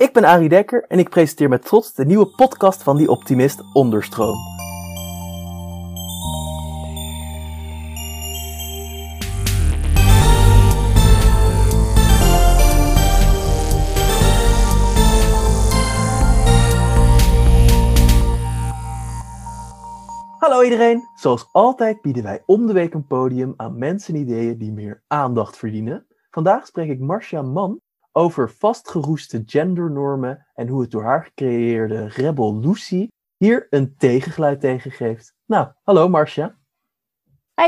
Ik ben Arie Dekker en ik presenteer met trots de nieuwe podcast van Die Optimist, Onderstroom. Hallo iedereen! Zoals altijd bieden wij om de week een podium aan mensen en ideeën die meer aandacht verdienen. Vandaag spreek ik Marcia Mann over vastgeroeste gendernormen en hoe het door haar gecreëerde rebel Lucy hier een tegengeluid tegen geeft. Nou, hallo Marcia. Hi.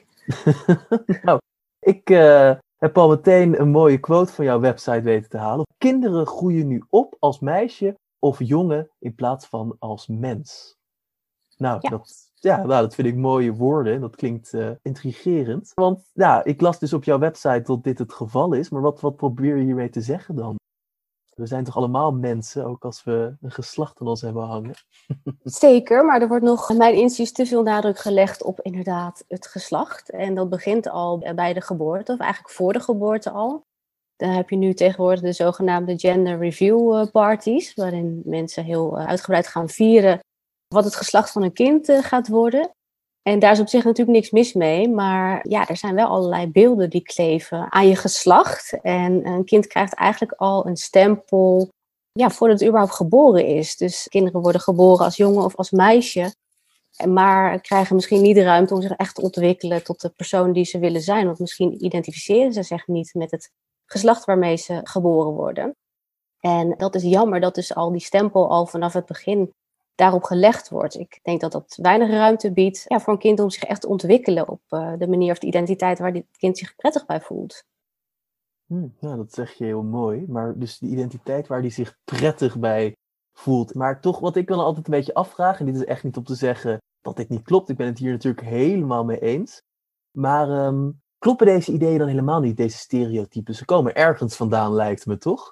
Nou, ik heb al meteen een mooie quote van jouw website weten te halen. Kinderen groeien nu op als meisje of jongen in plaats van als mens. Nou, Ja. Dat vind ik mooie woorden. Dat klinkt intrigerend. Want ja, ik las dus op jouw website dat dit het geval is. Maar wat probeer je hiermee te zeggen dan? We zijn toch allemaal mensen, ook als we een geslacht aan ons hebben hangen? Zeker, maar er wordt nog, naar mijn inziens, te veel nadruk gelegd op inderdaad het geslacht. En dat begint al bij de geboorte, of eigenlijk voor de geboorte al. Dan heb je nu tegenwoordig de zogenaamde gender review parties, waarin mensen heel uitgebreid gaan vieren wat het geslacht van een kind gaat worden. En daar is op zich natuurlijk niks mis mee, maar ja, er zijn wel allerlei beelden die kleven aan je geslacht. En een kind krijgt eigenlijk al een stempel, ja, voordat het überhaupt geboren is. Dus kinderen worden geboren als jongen of als meisje, maar krijgen misschien niet de ruimte om zich echt te ontwikkelen tot de persoon die ze willen zijn. Want misschien identificeren ze zich niet met het geslacht waarmee ze geboren worden. En dat is jammer dat dus al die stempel al vanaf het begin daarop gelegd wordt. Ik denk dat dat weinig ruimte biedt voor een kind om zich echt te ontwikkelen op de manier of de identiteit waar dit kind zich prettig bij voelt. Nou, dat zeg je heel mooi. Maar dus de identiteit waar die zich prettig bij voelt. Maar toch, wat ik dan altijd een beetje afvraag, en dit is echt niet om te zeggen dat dit niet klopt. Ik ben het hier natuurlijk helemaal mee eens. Maar kloppen deze ideeën dan helemaal niet, deze stereotypen? Ze komen ergens vandaan, lijkt me, toch?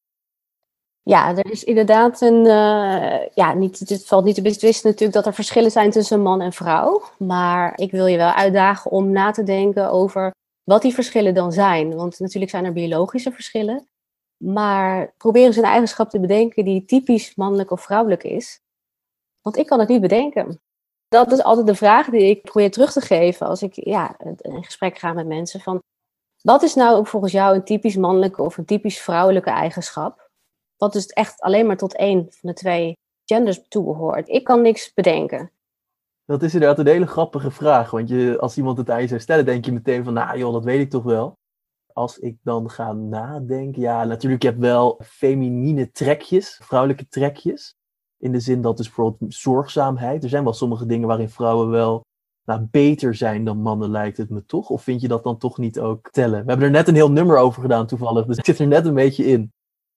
Ja, er is inderdaad het valt niet te betwisten natuurlijk dat er verschillen zijn tussen man en vrouw. Maar ik wil je wel uitdagen om na te denken over wat die verschillen dan zijn. Want natuurlijk zijn er biologische verschillen. Maar probeer eens een eigenschap te bedenken die typisch mannelijk of vrouwelijk is. Want ik kan het niet bedenken. Dat is altijd de vraag die ik probeer terug te geven als ik in gesprek ga met mensen. Van, wat is nou volgens jou een typisch mannelijke of een typisch vrouwelijke eigenschap? Wat dus echt alleen maar tot één van de twee genders toebehoort. Ik kan niks bedenken. Dat is inderdaad een hele grappige vraag. Want als iemand het aan je zou stellen, denk je meteen van, nou joh, dat weet ik toch wel. Als ik dan ga nadenken, ja, natuurlijk, je hebt wel feminine trekjes, vrouwelijke trekjes. In de zin dat dus bijvoorbeeld zorgzaamheid. Er zijn wel sommige dingen waarin vrouwen wel beter zijn dan mannen, lijkt het me toch? Of vind je dat dan toch niet ook tellen? We hebben er net een heel nummer over gedaan toevallig, dus ik zit er net een beetje in.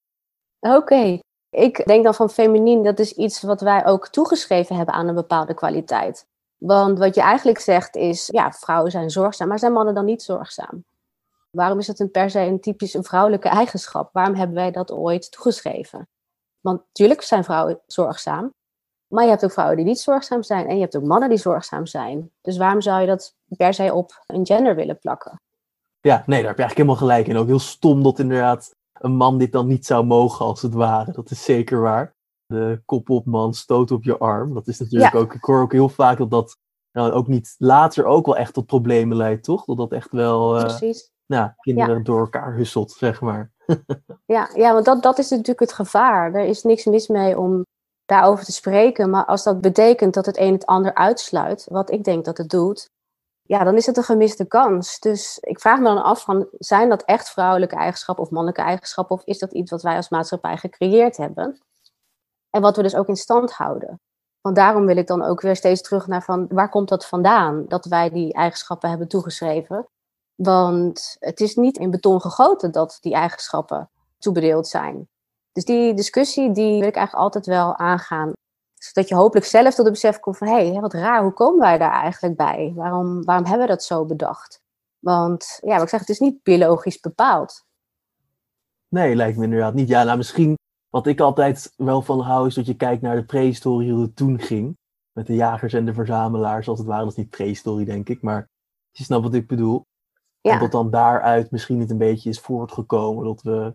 Oké. Ik denk dan van feminien, dat is iets wat wij ook toegeschreven hebben aan een bepaalde kwaliteit. Want wat je eigenlijk zegt is, ja, vrouwen zijn zorgzaam, maar zijn mannen dan niet zorgzaam? Waarom is dat per se een typisch een vrouwelijke eigenschap? Waarom hebben wij dat ooit toegeschreven? Want natuurlijk zijn vrouwen zorgzaam, maar je hebt ook vrouwen die niet zorgzaam zijn en je hebt ook mannen die zorgzaam zijn. Dus waarom zou je dat per se op een gender willen plakken? Ja, nee, daar heb je eigenlijk helemaal gelijk in. Ook heel stom dat inderdaad een man dit dan niet zou mogen, als het ware. Dat is zeker waar. De kop op man, stoot op je arm. Dat is natuurlijk ook, ik hoor ook heel vaak dat ook niet later ook wel echt tot problemen leidt, toch? Dat dat echt wel kinderen door elkaar husselt, zeg maar. Ja, want dat is natuurlijk het gevaar. Er is niks mis mee om daarover te spreken. Maar als dat betekent dat het een het ander uitsluit, wat ik denk dat het doet, ja, dan is het een gemiste kans. Dus ik vraag me dan af, zijn dat echt vrouwelijke eigenschappen of mannelijke eigenschappen? Of is dat iets wat wij als maatschappij gecreëerd hebben? En wat we dus ook in stand houden. Want daarom wil ik dan ook weer steeds terug naar van, waar komt dat vandaan? Dat wij die eigenschappen hebben toegeschreven. Want het is niet in beton gegoten dat die eigenschappen toebedeeld zijn. Dus die discussie die wil ik eigenlijk altijd wel aangaan. Zodat je hopelijk zelf tot het besef komt van, hé, wat raar, hoe komen wij daar eigenlijk bij? Waarom hebben we dat zo bedacht? Want, ja, wat ik zeg, het is niet biologisch bepaald. Nee, lijkt me inderdaad niet. Ja, misschien, wat ik altijd wel van hou, is dat je kijkt naar de prehistorie, hoe het toen ging. Met de jagers en de verzamelaars, als het ware. Dat is niet prehistorie, denk ik, maar je snapt wat ik bedoel. Ja. En dat dan daaruit misschien het een beetje is voortgekomen, dat we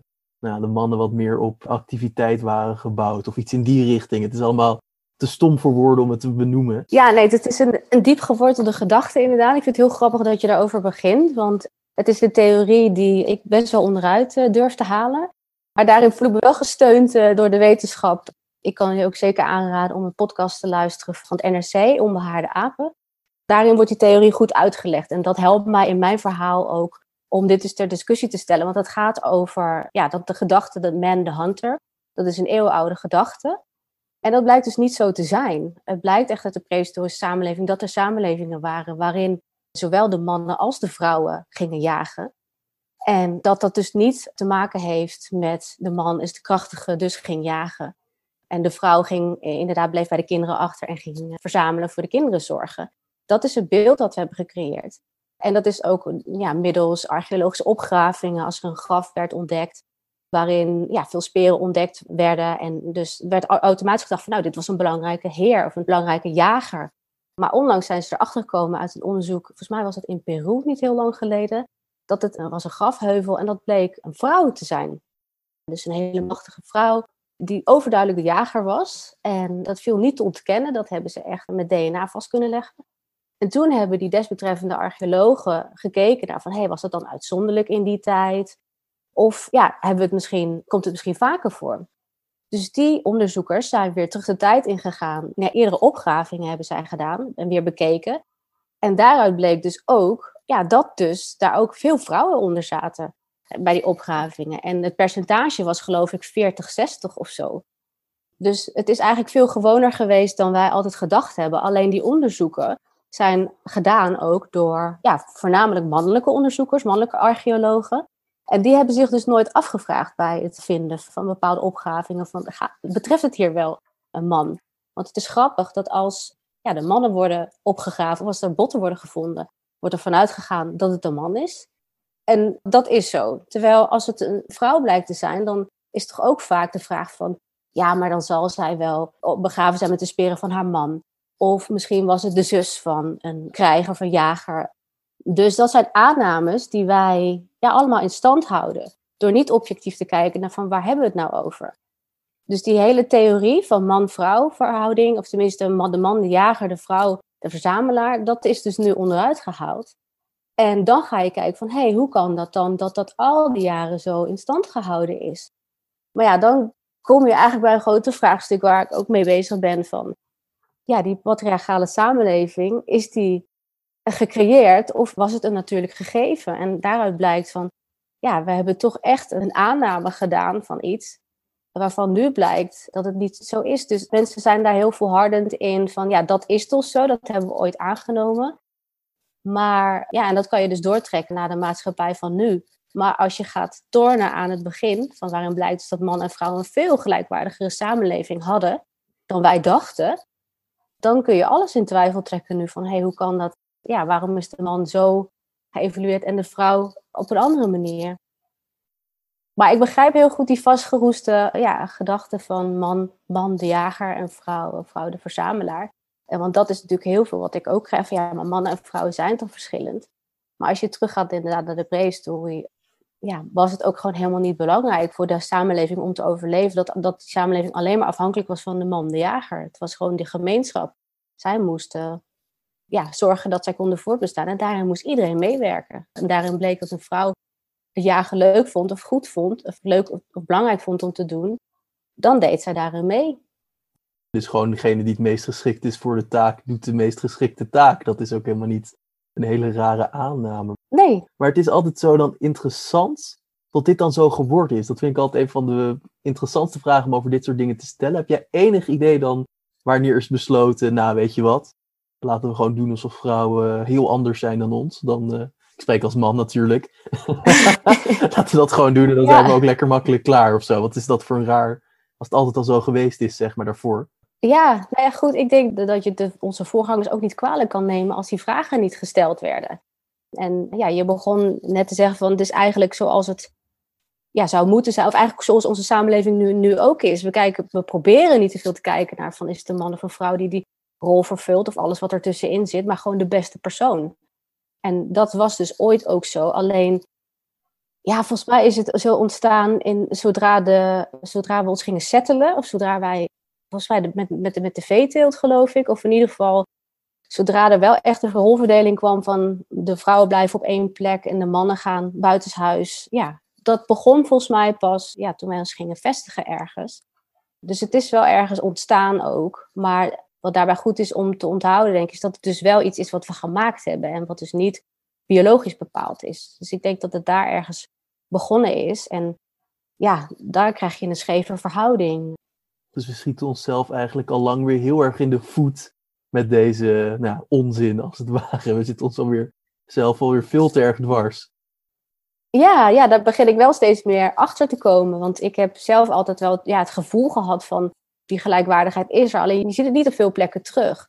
de mannen wat meer op activiteit waren gebouwd. Of iets in die richting. Het is allemaal te stom voor woorden om het te benoemen. Ja, nee, het is een diep gewortelde gedachte inderdaad. Ik vind het heel grappig dat je daarover begint. Want het is een theorie die ik best wel onderuit durf te halen. Maar daarin voel ik me wel gesteund door de wetenschap. Ik kan je ook zeker aanraden om een podcast te luisteren van het NRC, Onbehaarde Apen. Daarin wordt die theorie goed uitgelegd. En dat helpt mij in mijn verhaal ook om dit dus ter discussie te stellen. Want het gaat over dat de gedachte, dat man the hunter, dat is een eeuwenoude gedachte. En dat blijkt dus niet zo te zijn. Het blijkt echt uit de prehistorische samenleving dat er samenlevingen waren waarin zowel de mannen als de vrouwen gingen jagen. En dat dus niet te maken heeft met de man is de krachtige, dus ging jagen. En de vrouw bleef bij de kinderen achter en ging verzamelen voor de kinderen zorgen. Dat is het beeld dat we hebben gecreëerd. En dat is ook middels archeologische opgravingen, als er een graf werd ontdekt, waarin veel speren ontdekt werden. En dus werd automatisch gedacht van dit was een belangrijke heer of een belangrijke jager. Maar onlangs zijn ze erachter gekomen uit een onderzoek, volgens mij was het in Peru niet heel lang geleden, dat het was een grafheuvel en dat bleek een vrouw te zijn. Dus een hele machtige vrouw die overduidelijk de jager was. En dat viel niet te ontkennen, dat hebben ze echt met DNA vast kunnen leggen. En toen hebben die desbetreffende archeologen gekeken naar van, was dat dan uitzonderlijk in die tijd? Of komt het misschien vaker voor? Dus die onderzoekers zijn weer terug de tijd ingegaan. Eerdere opgravingen hebben zij gedaan en weer bekeken. En daaruit bleek dus ook dat dus daar ook veel vrouwen onder zaten bij die opgravingen. En het percentage was geloof ik 40-60 of zo. Dus het is eigenlijk veel gewoner geweest dan wij altijd gedacht hebben. Alleen die onderzoeken zijn gedaan ook door voornamelijk mannelijke onderzoekers, mannelijke archeologen. En die hebben zich dus nooit afgevraagd bij het vinden van bepaalde opgravingen van, betreft het hier wel een man? Want het is grappig dat als de mannen worden opgegraven, of als er botten worden gevonden, wordt er vanuit gegaan dat het een man is. En dat is zo. Terwijl als het een vrouw blijkt te zijn, dan is toch ook vaak de vraag van, maar dan zal zij wel begraven zijn met de speren van haar man. Of misschien was het de zus van een krijger of een jager. Dus dat zijn aannames die wij allemaal in stand houden. Door niet objectief te kijken naar van waar hebben we het nou over. Dus die hele theorie van man-vrouw verhouding, of tenminste de man, de jager, de vrouw, de verzamelaar, dat is dus nu onderuit gehaald. En dan ga je kijken van, hoe kan dat dan dat al die jaren zo in stand gehouden is? Maar dan kom je eigenlijk bij een grote vraagstuk waar ik ook mee bezig ben van, die patriarchale samenleving, is die gecreëerd of was het een natuurlijk gegeven? En daaruit blijkt van, we hebben toch echt een aanname gedaan van iets, waarvan nu blijkt dat het niet zo is. Dus mensen zijn daar heel volhardend in van, dat is toch zo, dat hebben we ooit aangenomen. Maar en dat kan je dus doortrekken naar de maatschappij van nu. Maar als je gaat tornen aan het begin, van waarin blijkt dus dat man en vrouw een veel gelijkwaardigere samenleving hadden dan wij dachten, dan kun je alles in twijfel trekken nu van, hoe kan dat? Waarom is de man zo geëvolueerd en de vrouw op een andere manier? Maar ik begrijp heel goed die vastgeroeste gedachte van man de jager en vrouw de verzamelaar. Want dat is natuurlijk heel veel wat ik ook krijg. Maar mannen en vrouwen zijn toch verschillend. Maar als je teruggaat inderdaad naar de prehistorie, was het ook gewoon helemaal niet belangrijk voor de samenleving om te overleven. Dat die samenleving alleen maar afhankelijk was van de man, de jager. Het was gewoon de gemeenschap. Zij moesten zorgen dat zij konden voortbestaan. En daarin moest iedereen meewerken. En daarin bleek dat een vrouw het jagen leuk vond of goed vond, of leuk of belangrijk vond om te doen, dan deed zij daarin mee. Dus gewoon degene die het meest geschikt is voor de taak, doet de meest geschikte taak. Dat is ook helemaal niet een hele rare aanname. Nee. Maar het is altijd zo dan interessant dat dit dan zo geworden is. Dat vind ik altijd een van de interessantste vragen om over dit soort dingen te stellen. Heb jij enig idee dan wanneer is besloten, weet je wat? Laten we gewoon doen alsof vrouwen heel anders zijn dan ons. Ik spreek als man natuurlijk. Laten we dat gewoon doen en dan zijn we ook lekker makkelijk klaar of zo. Wat is dat voor een raar, als het altijd al zo geweest is, zeg maar, daarvoor? Ja, goed, ik denk dat je onze voorgangers ook niet kwalijk kan nemen als die vragen niet gesteld werden. En je begon net te zeggen van, het is eigenlijk zoals het zou moeten zijn, of eigenlijk zoals onze samenleving nu ook is. We proberen niet te veel te kijken naar van, is het een man of een vrouw die rol vervult of alles wat er tussenin zit, maar gewoon de beste persoon. En dat was dus ooit ook zo. Alleen, Ja, volgens mij is het zo ontstaan zodra we ons gingen settelen. Of zodra wij, volgens mij met de veeteelt geloof ik. Of in ieder geval, zodra er wel echt een rolverdeling kwam van de vrouwen blijven op één plek en de mannen gaan buitenshuis. Ja, dat begon volgens mij pas toen wij ons gingen vestigen ergens. Dus het is wel ergens ontstaan ook. Maar wat daarbij goed is om te onthouden, denk ik, is dat het dus wel iets is wat we gemaakt hebben. En wat dus niet biologisch bepaald is. Dus ik denk dat het daar ergens begonnen is. En ja, daar krijg je een scheve verhouding. Dus we schieten onszelf eigenlijk al lang weer heel erg in de voet met deze onzin, als het ware. We zitten ons zelf alweer veel te erg dwars. Ja, daar begin ik wel steeds meer achter te komen. Want ik heb zelf altijd wel het gevoel gehad van die gelijkwaardigheid is er. Alleen je ziet het niet op veel plekken terug.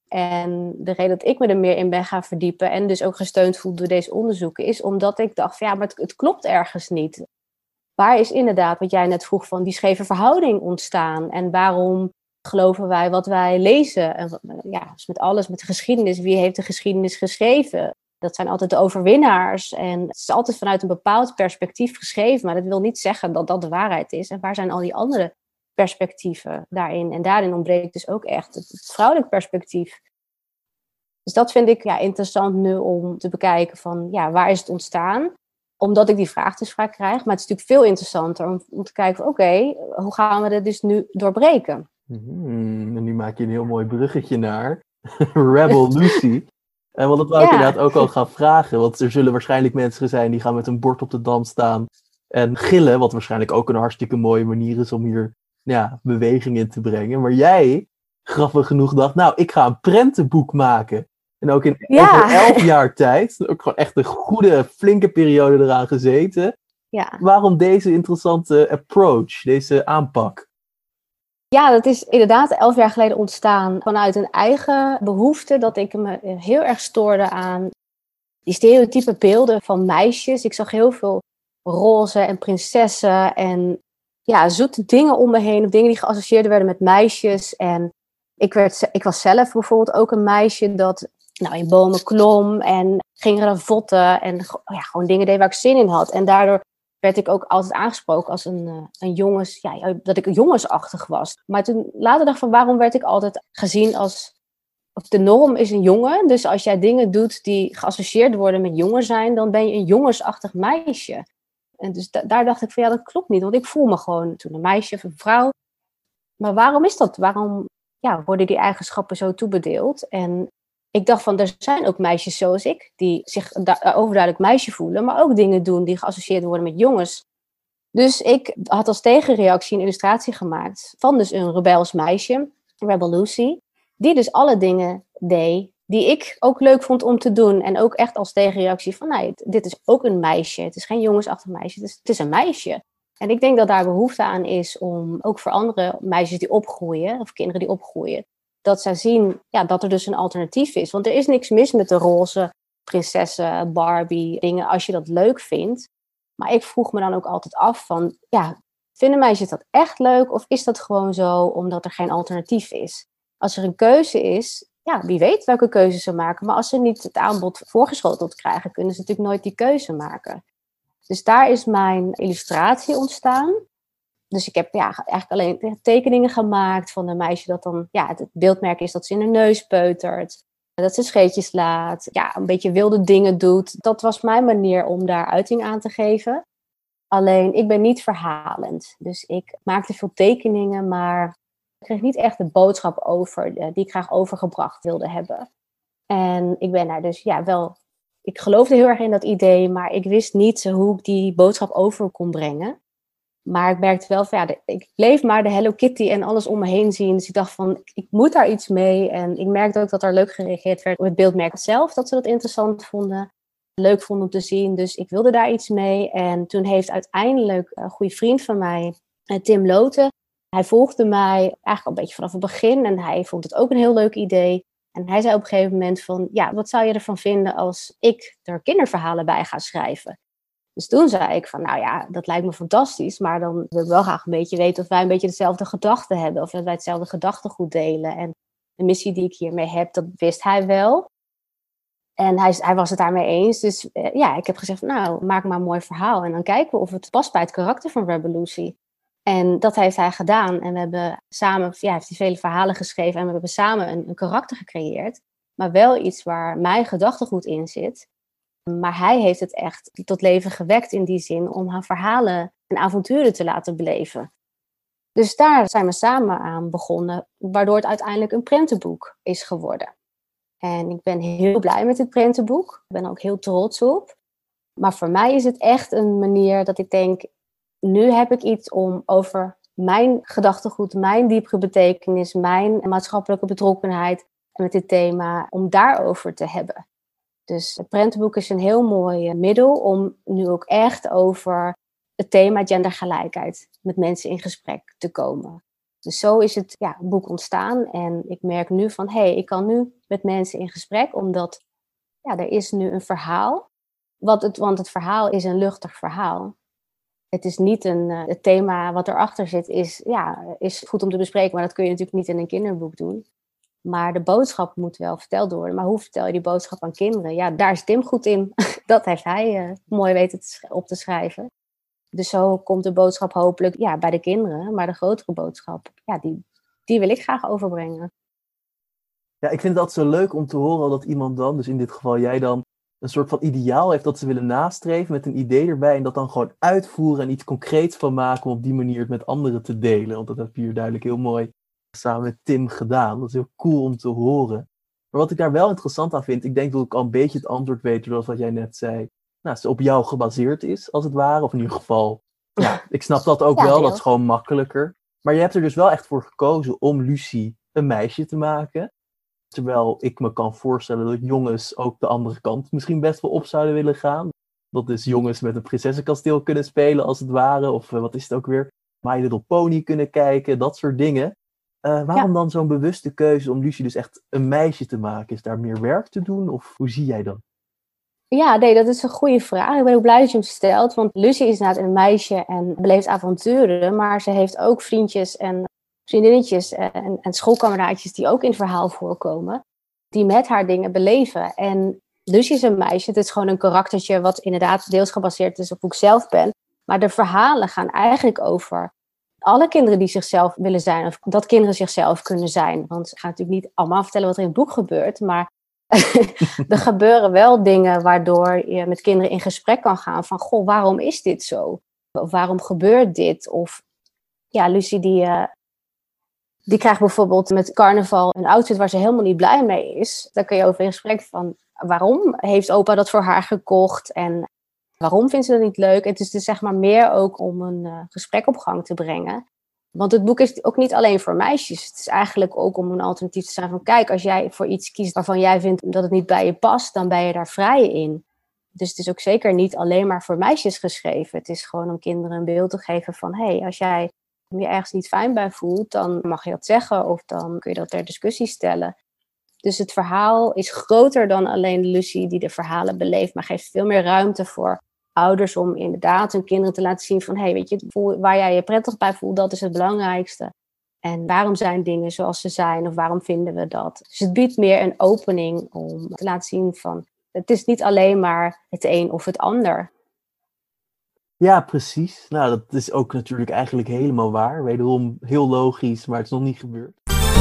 En de reden dat ik me er meer in ben gaan verdiepen en dus ook gesteund voel door deze onderzoeken, is omdat ik dacht van maar het klopt ergens niet. Waar is inderdaad, wat jij net vroeg, van die scheve verhouding ontstaan? En waarom geloven wij wat wij lezen? En dus met alles, met de geschiedenis. Wie heeft de geschiedenis geschreven? Dat zijn altijd de overwinnaars. En het is altijd vanuit een bepaald perspectief geschreven. Maar dat wil niet zeggen dat dat de waarheid is. En waar zijn al die andere perspectieven daarin? En daarin ontbreekt dus ook echt het vrouwelijk perspectief. Dus dat vind ik interessant nu om te bekijken van waar is het ontstaan? Omdat ik die vraag dus vaak krijg. Maar het is natuurlijk veel interessanter om te kijken van oké, hoe gaan we dit dus nu doorbreken? En nu maak je een heel mooi bruggetje naar Rebel Lucy. Want dat wou ik inderdaad ook al gaan vragen. Want er zullen waarschijnlijk mensen zijn die gaan met een bord op de dam staan en gillen. Wat waarschijnlijk ook een hartstikke mooie manier is om hier beweging in te brengen. Maar jij, grappig genoeg, dacht, ik ga een prentenboek maken. En ook in over 11 jaar tijd, ook gewoon echt een goede, flinke periode eraan gezeten. Ja. Waarom deze interessante approach, deze aanpak? Ja, dat is inderdaad 11 jaar geleden ontstaan vanuit een eigen behoefte. Dat ik me heel erg stoorde aan die stereotype beelden van meisjes. Ik zag heel veel roze en prinsessen en zoete dingen om me heen. Of dingen die geassocieerd werden met meisjes. En ik was zelf bijvoorbeeld ook een meisje dat in bomen klom en ging ravotten. En gewoon dingen deed waar ik zin in had. En daardoor werd ik ook altijd aangesproken als een jongens, dat ik jongensachtig was. Maar toen later dacht ik van waarom werd ik altijd gezien als, of de norm is een jongen. Dus als jij dingen doet die geassocieerd worden met jongen zijn, dan ben je een jongensachtig meisje. En dus daar dacht ik van dat klopt niet. Want ik voel me gewoon toen een meisje of een vrouw. Maar waarom is dat? Waarom worden die eigenschappen zo toebedeeld? En ik dacht van, er zijn ook meisjes zoals ik, die zich overduidelijk meisje voelen, maar ook dingen doen die geassocieerd worden met jongens. Dus ik had als tegenreactie een illustratie gemaakt van dus een rebels meisje, Rebel Lucy, die dus alle dingen deed die ik ook leuk vond om te doen. En ook echt als tegenreactie van, dit is ook een meisje. Het is geen jongensachtig meisje, het is een meisje. En ik denk dat daar behoefte aan is om ook voor andere meisjes die opgroeien, of kinderen die opgroeien, dat zij zien dat er dus een alternatief is. Want er is niks mis met de roze prinsessen, Barbie dingen, als je dat leuk vindt. Maar ik vroeg me dan ook altijd af van, vinden meisjes dat echt leuk? Of is dat gewoon zo omdat er geen alternatief is? Als er een keuze is, wie weet welke keuze ze maken. Maar als ze niet het aanbod voorgeschoteld krijgen, kunnen ze natuurlijk nooit die keuze maken. Dus daar is mijn illustratie ontstaan. Dus ik heb eigenlijk alleen tekeningen gemaakt van een meisje dat dan, het beeldmerk is dat ze in haar neus peutert. Dat ze scheetjes laat, een beetje wilde dingen doet. Dat was mijn manier om daar uiting aan te geven. Alleen, ik ben niet verhalend. Dus ik maakte veel tekeningen, maar ik kreeg niet echt de boodschap over die ik graag overgebracht wilde hebben. En ik ben daar dus ik geloofde heel erg in dat idee, maar ik wist niet hoe ik die boodschap over kon brengen. Maar ik merkte wel van ik bleef maar de Hello Kitty en alles om me heen zien. Dus ik dacht van, ik moet daar iets mee. En ik merkte ook dat er leuk gereageerd werd op het beeldmerk zelf. Dat ze dat interessant vonden. Leuk vonden om te zien. Dus ik wilde daar iets mee. En toen heeft uiteindelijk een goede vriend van mij, Tim Loten. Hij volgde mij eigenlijk al een beetje vanaf het begin. En hij vond het ook een heel leuk idee. En hij zei op een gegeven moment van, wat zou je ervan vinden als ik er kinderverhalen bij ga schrijven? Dus toen zei ik van, dat lijkt me fantastisch, maar dan wil ik wel graag een beetje weten of wij een beetje dezelfde gedachten hebben, of dat wij hetzelfde gedachtegoed delen. En de missie die ik hiermee heb, dat wist hij wel. En hij was het daarmee eens. Dus ik heb gezegd, nou, maak maar een mooi verhaal. En dan kijken we of het past bij het karakter van Rebel Lucy. En dat heeft hij gedaan. En we hebben samen, heeft hij vele verhalen geschreven. En we hebben samen een karakter gecreëerd. Maar wel iets waar mijn gedachtegoed in zit. Maar hij heeft het echt tot leven gewekt in die zin om haar verhalen en avonturen te laten beleven. Dus daar zijn we samen aan begonnen, waardoor het uiteindelijk een prentenboek is geworden. En ik ben heel blij met het prentenboek. Ik ben er ook heel trots op. Maar voor mij is het echt een manier dat ik denk, nu heb ik iets om over mijn gedachtegoed, mijn diepere betekenis, mijn maatschappelijke betrokkenheid met dit thema, om daarover te hebben. Dus het prentenboek is een heel mooi middel om nu ook echt over het thema gendergelijkheid met mensen in gesprek te komen. Dus zo is het boek ontstaan. En ik merk nu van, ik kan nu met mensen in gesprek, omdat er is nu een verhaal. Want het verhaal is een luchtig verhaal. Het is niet het thema wat erachter zit, is goed om te bespreken, maar dat kun je natuurlijk niet in een kinderboek doen. Maar de boodschap moet wel verteld worden. Maar hoe vertel je die boodschap aan kinderen? Ja, daar is Tim goed in. Dat heeft hij mooi weten op te schrijven. Dus zo komt de boodschap hopelijk bij de kinderen. Maar de grotere boodschap, die wil ik graag overbrengen. Ja, ik vind het altijd zo leuk om te horen dat iemand dan, dus in dit geval jij dan, een soort van ideaal heeft dat ze willen nastreven met een idee erbij. En dat dan gewoon uitvoeren en iets concreets van maken om op die manier het met anderen te delen. Want dat heb je hier duidelijk heel mooi samen met Tim gedaan. Dat is heel cool om te horen. Maar wat ik daar wel interessant aan vind, ik denk dat ik al een beetje het antwoord weet, zoals wat jij net zei. Nou, het op jou gebaseerd is, als het ware. Of in ieder geval, ik snap dat ook wel, dat is gewoon makkelijker. Maar je hebt er dus wel echt voor gekozen om Lucy een meisje te maken. Terwijl ik me kan voorstellen dat jongens ook de andere kant misschien best wel op zouden willen gaan. Dat dus jongens met een prinsessenkasteel kunnen spelen, als het ware. Of wat is het ook weer? My Little Pony kunnen kijken, dat soort dingen. Waarom dan zo'n bewuste keuze om Lucy dus echt een meisje te maken? Is daar meer werk te doen? Of hoe zie jij dat? Ja, nee, dat is een goede vraag. Ik ben ook blij dat je hem stelt. Want Lucy is inderdaad een meisje en beleeft avonturen. Maar ze heeft ook vriendjes en vriendinnetjes en schoolkameraadjes die ook in het verhaal voorkomen. Die met haar dingen beleven. En Lucy is een meisje. Het is gewoon een karaktertje wat inderdaad deels gebaseerd is op hoe ik zelf ben. Maar de verhalen gaan eigenlijk over alle kinderen die zichzelf willen zijn. Of dat kinderen zichzelf kunnen zijn. Want ik ga natuurlijk niet allemaal vertellen wat er in het boek gebeurt. Maar er gebeuren wel dingen waardoor je met kinderen in gesprek kan gaan. Van, goh, waarom is dit zo? Of waarom gebeurt dit? Of Lucy die krijgt bijvoorbeeld met carnaval een outfit waar ze helemaal niet blij mee is. Daar kun je over in gesprek van, waarom heeft opa dat voor haar gekocht? En waarom vindt ze dat niet leuk? Het is dus zeg maar meer ook om een gesprek op gang te brengen. Want het boek is ook niet alleen voor meisjes. Het is eigenlijk ook om een alternatief te zijn van, kijk, als jij voor iets kiest waarvan jij vindt dat het niet bij je past, dan ben je daar vrij in. Dus het is ook zeker niet alleen maar voor meisjes geschreven. Het is gewoon om kinderen een beeld te geven van, als jij je ergens niet fijn bij voelt, dan mag je dat zeggen of dan kun je dat ter discussie stellen. Dus het verhaal is groter dan alleen Lucy die de verhalen beleeft, maar geeft veel meer ruimte voor ouders om inderdaad hun kinderen te laten zien van, weet je, waar jij je prettig bij voelt, dat is het belangrijkste. En waarom zijn dingen zoals ze zijn of waarom vinden we dat? Dus het biedt meer een opening om te laten zien van, het is niet alleen maar het een of het ander. Ja, precies. Nou, dat is ook natuurlijk eigenlijk helemaal waar. Wederom heel logisch, maar het is nog niet gebeurd.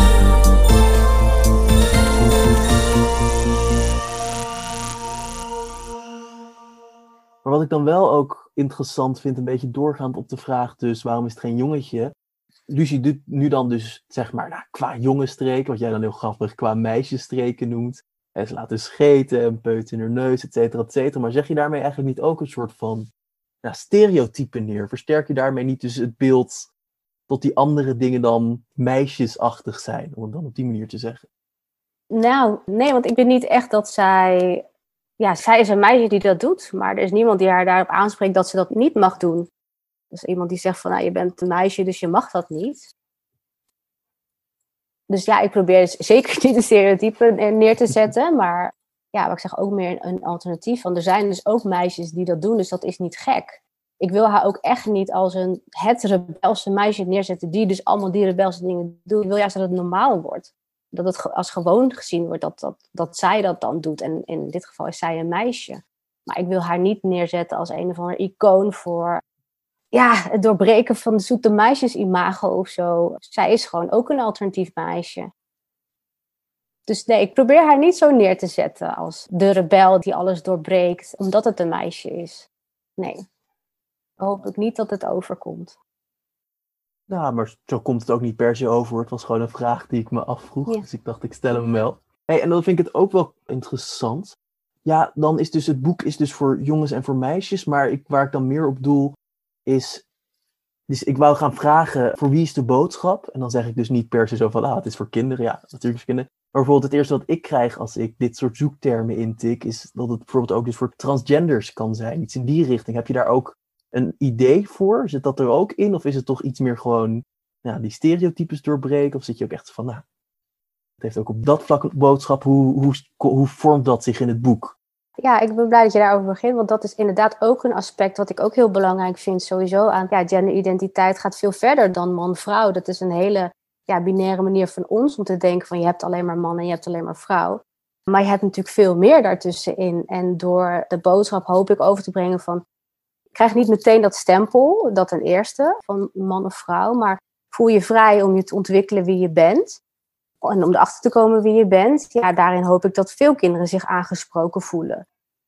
Maar wat ik dan wel ook interessant vind, een beetje doorgaand op de vraag dus, waarom is het geen jongetje? Lucy doet nu dan dus, zeg maar, qua jongensstreken, wat jij dan heel grappig qua meisjesstreken noemt. En ze laat dus scheten, een peut in haar neus, et cetera, et cetera. Maar zeg je daarmee eigenlijk niet ook een soort van stereotype neer? Versterk je daarmee niet dus het beeld dat die andere dingen dan meisjesachtig zijn, om het dan op die manier te zeggen? Nou, nee, want ik weet niet echt dat zij... Ja, zij is een meisje die dat doet, maar er is niemand die haar daarop aanspreekt dat ze dat niet mag doen. Dus iemand die zegt van, je bent een meisje, dus je mag dat niet. Dus ik probeer zeker niet een stereotype neer te zetten, maar wat ik zeg, ook meer een alternatief. Want er zijn dus ook meisjes die dat doen, dus dat is niet gek. Ik wil haar ook echt niet als het rebelse meisje neerzetten, die dus allemaal die rebelse dingen doet. Ik wil juist dat het normaal wordt. dat het als gewoon gezien wordt dat zij dat dan doet. En in dit geval is zij een meisje. Maar ik wil haar niet neerzetten als een of ander icoon voor het doorbreken van de zoete meisjesimago of zo. Zij is gewoon ook een alternatief meisje. Dus nee, ik probeer haar niet zo neer te zetten als de rebel die alles doorbreekt, omdat het een meisje is. Nee, ik hoop ook niet dat het overkomt. Nou, maar zo komt het ook niet per se over. Het was gewoon een vraag die ik me afvroeg. Ja. Dus ik dacht, ik stel hem wel. Hey, en dan vind ik het ook wel interessant. Ja, dan is dus het boek is dus voor jongens en voor meisjes. Maar waar ik dan meer op doel is... Dus ik wou gaan vragen, voor wie is de boodschap? En dan zeg ik dus niet per se zo van, het is voor kinderen. Ja, natuurlijk voor kinderen. Maar bijvoorbeeld het eerste wat ik krijg als ik dit soort zoektermen intik... is dat het bijvoorbeeld ook dus voor transgenders kan zijn. Iets in die richting. Heb je daar ook een idee voor? Zit dat er ook in? Of is het toch iets meer gewoon die stereotypes doorbreken? Of zit je ook echt van, het heeft ook op dat vlak een boodschap. Hoe vormt dat zich in het boek? Ja, ik ben blij dat je daarover begint, want dat is inderdaad ook een aspect wat ik ook heel belangrijk vind sowieso aan genderidentiteit gaat veel verder dan man-vrouw. Dat is een hele binaire manier van ons om te denken van je hebt alleen maar man en je hebt alleen maar vrouw. Maar je hebt natuurlijk veel meer daartussenin. En door de boodschap hoop ik over te brengen van krijg niet meteen dat stempel, dat ten eerste, van man of vrouw, maar voel je vrij om je te ontwikkelen wie je bent. En om erachter te komen wie je bent, daarin hoop ik dat veel kinderen zich aangesproken voelen.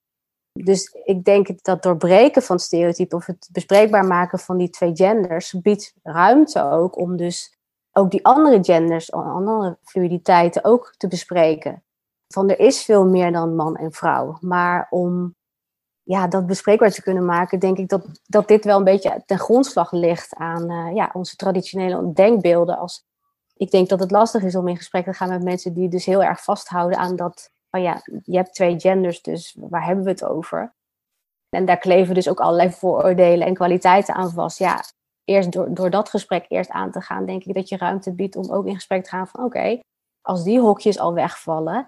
Dus ik denk dat doorbreken van stereotypen of het bespreekbaar maken van die twee genders biedt ruimte ook om dus ook die andere genders, andere fluiditeiten ook te bespreken. Van er is veel meer dan man en vrouw. Maar om dat bespreekbaar te kunnen maken, denk ik dat dit wel een beetje ten grondslag ligt aan onze traditionele denkbeelden. Ik denk dat het lastig is om in gesprek te gaan met mensen die dus heel erg vasthouden aan dat, je hebt twee genders, dus waar hebben we het over? En daar kleven dus ook allerlei vooroordelen en kwaliteiten aan vast. Ja, eerst door dat gesprek eerst aan te gaan, denk ik dat je ruimte biedt om ook in gesprek te gaan van oké, als die hokjes al wegvallen,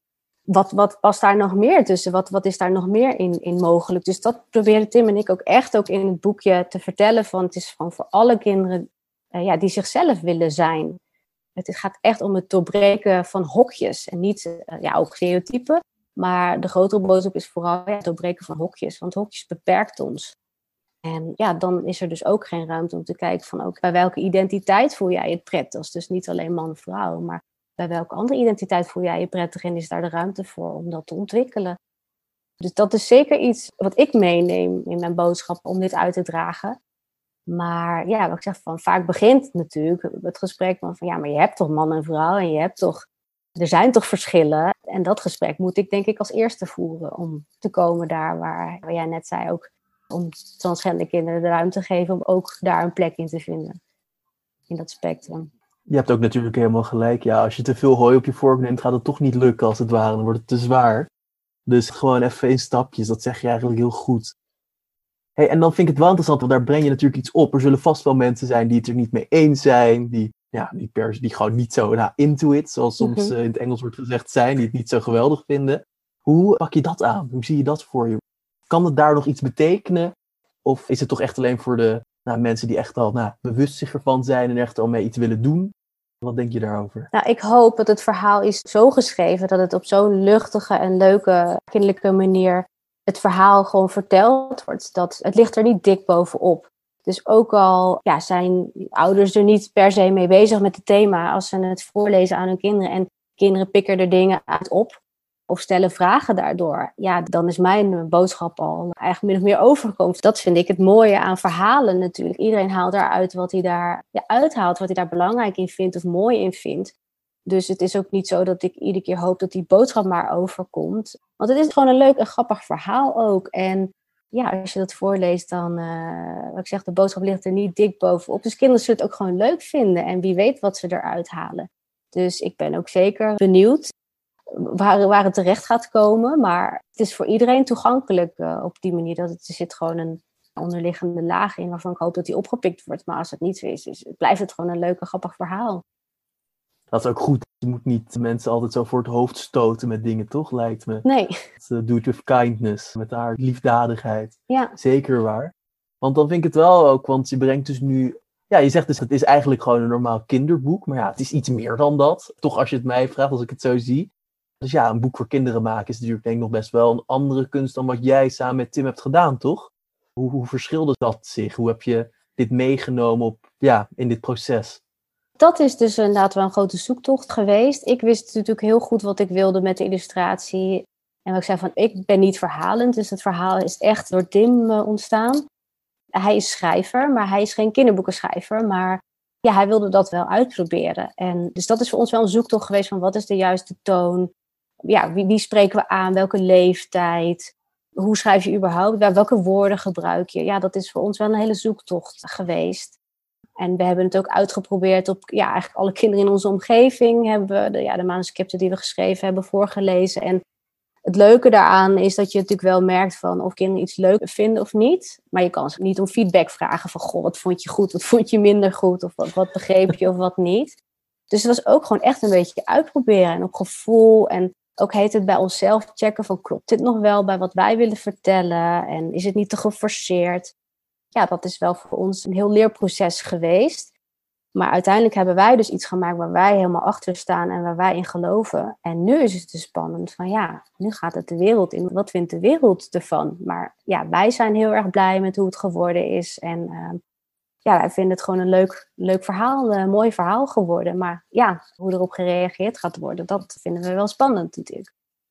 wat past daar nog meer tussen? Wat is daar nog meer in mogelijk? Dus dat proberen Tim en ik ook echt ook in het boekje te vertellen van het is van voor alle kinderen die zichzelf willen zijn. Het gaat echt om het doorbreken van hokjes. En niet, ook stereotypen. Maar de grotere boodschap is vooral het doorbreken van hokjes. Want hokjes beperkt ons. En dan is er dus ook geen ruimte om te kijken van ook bij welke identiteit voel jij je prettig. Dus niet alleen man-vrouw. Maar bij welke andere identiteit voel jij je prettig. En is daar de ruimte voor om dat te ontwikkelen. Dus dat is zeker iets wat ik meeneem in mijn boodschap om dit uit te dragen. Maar wat ik zeg, van vaak begint natuurlijk het gesprek van maar je hebt toch man en vrouw en er zijn toch verschillen. En dat gesprek moet ik denk ik als eerste voeren om te komen daar waar jij net zei ook. Om transgender kinderen de ruimte te geven om ook daar een plek in te vinden. In dat spectrum. Je hebt ook natuurlijk helemaal gelijk. Ja, als je te veel hooi op je vork neemt, gaat het toch niet lukken als het ware. Dan wordt het te zwaar. Dus gewoon even in stapjes, dat zeg je eigenlijk heel goed. Hey, en dan vind ik het wel interessant, want daar breng je natuurlijk iets op. Er zullen vast wel mensen zijn die het er niet mee eens zijn. Die gewoon niet zo into it, zoals soms in het Engels wordt gezegd zijn. Die het niet zo geweldig vinden. Hoe pak je dat aan? Hoe zie je dat voor je? Kan het daar nog iets betekenen? Of is het toch echt alleen voor de mensen die echt al bewust zich ervan zijn en echt al mee iets willen doen? Wat denk je daarover? Nou, ik hoop dat het verhaal is zo geschreven dat het op zo'n luchtige en leuke, kinderlijke manier het verhaal gewoon verteld wordt. Dat het ligt er niet dik bovenop. Dus ook al zijn ouders er niet per se mee bezig met het thema als ze het voorlezen aan hun kinderen en kinderen pikken er dingen uit op of stellen vragen daardoor. Dan is mijn boodschap al eigenlijk min of meer overgekomen. Dat vind ik het mooie aan verhalen natuurlijk. Iedereen haalt daaruit wat hij daar uithaalt, wat hij daar belangrijk in vindt of mooi in vindt. Dus het is ook niet zo dat ik iedere keer hoop dat die boodschap maar overkomt. Want het is gewoon een leuk en grappig verhaal ook. En als je dat voorleest, dan, wat ik zeg, de boodschap ligt er niet dik bovenop. Dus kinderen zullen het ook gewoon leuk vinden. En wie weet wat ze eruit halen. Dus ik ben ook zeker benieuwd waar het terecht gaat komen. Maar het is voor iedereen toegankelijk op die manier. Er zit gewoon een onderliggende laag in waarvan ik hoop dat die opgepikt wordt. Maar als het niet zo is, blijft het gewoon een leuk en grappig verhaal. Dat is ook goed. Je moet niet mensen altijd zo voor het hoofd stoten met dingen, toch? Lijkt me. Nee. Do it with kindness. Met haar liefdadigheid. Ja. Zeker waar. Want dan vind ik het wel ook, want je brengt dus nu Ja, je zegt dus het is eigenlijk gewoon een normaal kinderboek. Maar ja, het is iets meer dan dat. Toch als je het mij vraagt, als ik het zo zie. Dus ja, een boek voor kinderen maken is natuurlijk denk ik nog best wel een andere kunst dan wat jij samen met Tim hebt gedaan, toch? Hoe verschilde dat zich? Hoe heb je dit meegenomen in dit proces? Dat is dus inderdaad wel een grote zoektocht geweest. Ik wist natuurlijk heel goed wat ik wilde met de illustratie. En wat ik zei van, ik ben niet verhalend. Dus het verhaal is echt door Tim ontstaan. Hij is schrijver, maar hij is geen kinderboekenschrijver. Maar ja, hij wilde dat wel uitproberen. En dus dat is voor ons wel een zoektocht geweest van wat is de juiste toon? Ja, wie spreken we aan? Welke leeftijd? Hoe schrijf je überhaupt? Welke woorden gebruik je? Ja, dat is voor ons wel een hele zoektocht geweest. En we hebben het ook uitgeprobeerd op eigenlijk alle kinderen in onze omgeving. Hebben we de manuscripten die we geschreven hebben voorgelezen. En het leuke daaraan is dat je natuurlijk wel merkt van of kinderen iets leuk vinden of niet. Maar je kan ze niet om feedback vragen van goh, wat vond je goed, wat vond je minder goed? Of wat begreep je of wat niet. Dus het was ook gewoon echt een beetje uitproberen en op gevoel. En ook heet het bij onszelf checken van klopt dit nog wel bij wat wij willen vertellen? En is het niet te geforceerd? Ja, dat is wel voor ons een heel leerproces geweest. Maar uiteindelijk hebben wij dus iets gemaakt waar wij helemaal achter staan en waar wij in geloven. En nu is het dus spannend van nu gaat het de wereld in. Wat vindt de wereld ervan? Maar ja, wij zijn heel erg blij met hoe het geworden is. En wij vinden het gewoon een leuk verhaal, een mooi verhaal geworden. Maar ja, hoe erop gereageerd gaat worden, dat vinden we wel spannend natuurlijk.